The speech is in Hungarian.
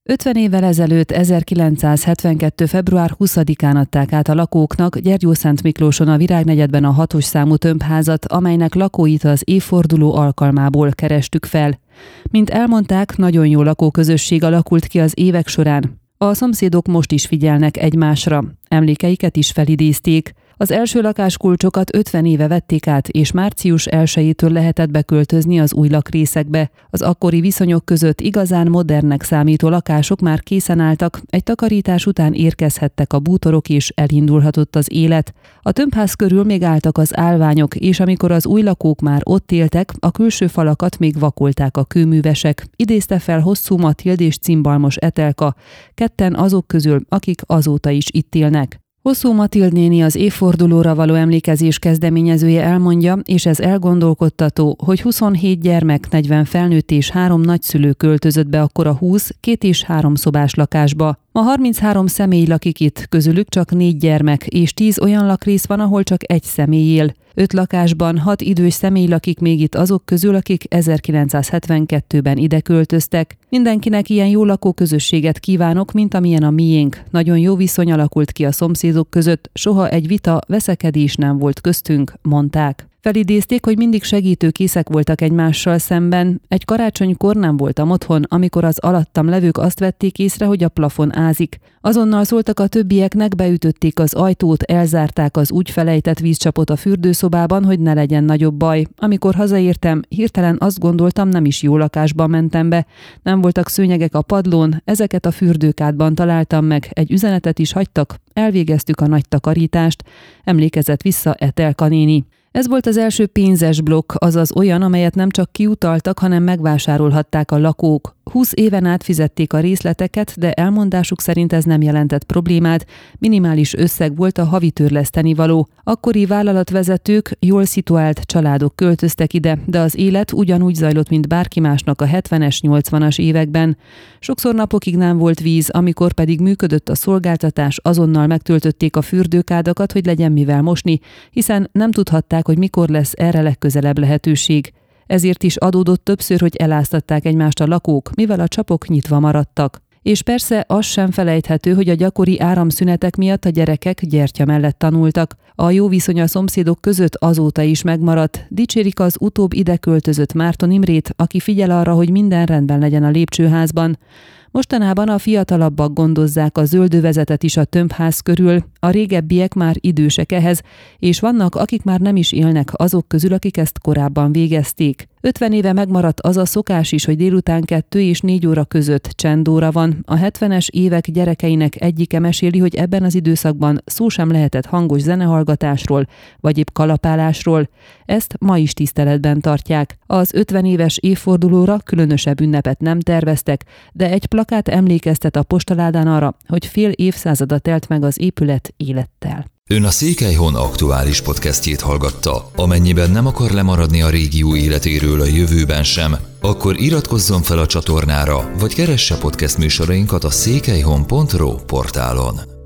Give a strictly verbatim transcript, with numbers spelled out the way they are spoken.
ötven évvel ezelőtt ezerkilencszázhetvenkettő. február huszadikán adták át a lakóknak Gyergyószentmiklóson a Virágnegyedben a hatos számú tömbházat, amelynek lakóit az évforduló alkalmából kerestük fel. Mint elmondták, nagyon jó lakóközösség alakult ki az évek során. A szomszédok most is figyelnek egymásra, emlékeiket is felidézték. Az első lakáskulcsokat ötven éve vették át, és március elsejétől lehetett beköltözni az új lakrészekbe. Az akkori viszonyok között igazán modernnek számító lakások már készen álltak, egy takarítás után érkezhettek a bútorok, és elindulhatott az élet. A tömbház körül még álltak az állványok, és amikor az új lakók már ott éltek, a külső falakat még vakolták a kőművesek. Idézte fel Hosszú Matild és Cimbalmos Etelka, ketten azok közül, akik azóta is itt élnek. Hosszú Matild néni az évfordulóra való emlékezés kezdeményezője elmondja, és ez elgondolkodtató, hogy huszonhét gyermek, negyven felnőtt és három nagyszülő költözött be akkor a húsz, két és három szobás lakásba. Ma harminchárom személy lakik itt, közülük csak négy gyermek, és tíz olyan lakrész van, ahol csak egy személy él. Öt lakásban hat idős személy lakik még itt azok közül, akik ezerkilencszázhetvenkettőben ide költöztek. Mindenkinek ilyen jó lakóközösséget kívánok, mint amilyen a miénk. Nagyon jó viszony alakult ki a szomszédok között, soha egy vita, veszekedés nem volt köztünk, mondták. Felidézték, hogy mindig segítőkészek voltak egymással szemben. Egy karácsonykor nem voltam otthon, amikor az alattam levők azt vették észre, hogy a plafon ázik. Azonnal szóltak a többieknek, beütötték az ajtót, elzárták az úgy felejtett vízcsapot a fürdőszobában, hogy ne legyen nagyobb baj. Amikor hazaértem, hirtelen azt gondoltam, nem is jó lakásban mentem be. Nem voltak szőnyegek a padlón, ezeket a fürdőkádban találtam meg, egy üzenetet is hagytak, elvégeztük a nagy takarítást, emlékezett vissza Etelka néni. Ez volt az első pénzes blokk, azaz olyan, amelyet nem csak kiutaltak, hanem megvásárolhatták a lakók. húsz éven át fizették a részleteket, de elmondásuk szerint ez nem jelentett problémát, minimális összeg volt a havi törleszteni való. Akkori vállalatvezetők, jól szituált családok költöztek ide, de az élet ugyanúgy zajlott, mint bárki másnak a hetvenes, nyolcvanas években. Sokszor napokig nem volt víz, amikor pedig működött a szolgáltatás, azonnal megtöltötték a fürdőkádakat, hogy legyen mivel mosni, hiszen nem tudhatták, hogy mikor lesz erre legközelebb lehetőség. Ezért is adódott többször, hogy eláztatták egymást a lakók, mivel a csapok nyitva maradtak. És persze az sem felejthető, hogy a gyakori áramszünetek miatt a gyerekek gyertya mellett tanultak. A jó viszony a szomszédok között azóta is megmaradt. Dicsérik az utóbb ide költözött Márton Imrét, aki figyel arra, hogy minden rendben legyen a lépcsőházban. Mostanában a fiatalabbak gondozzák a zöldövezetet is a tömbház körül, a régebbiek már idősek ehhez, és vannak, akik már nem is élnek azok közül, akik ezt korábban végezték. ötven éve megmaradt az a szokás is, hogy délután kettő és négy óra között csendóra van. A hetvenes évek gyerekeinek egyike meséli, hogy ebben az időszakban szó sem lehetett hangos zenehallgatásról, vagy épp kalapálásról. Ezt ma is tiszteletben tartják. Az ötven éves évfordulóra különösebb ünnepet nem terveztek, de egy plakát emlékeztet a postaládán arra, hogy fél évszázada telt meg az épület élettel. Ön a Székelyhon aktuális podcastjét hallgatta. Amennyiben nem akar lemaradni a régió életéről a jövőben sem, akkor iratkozzon fel a csatornára, vagy keresse podcast műsorainkat a székelyhon pont ro portálon.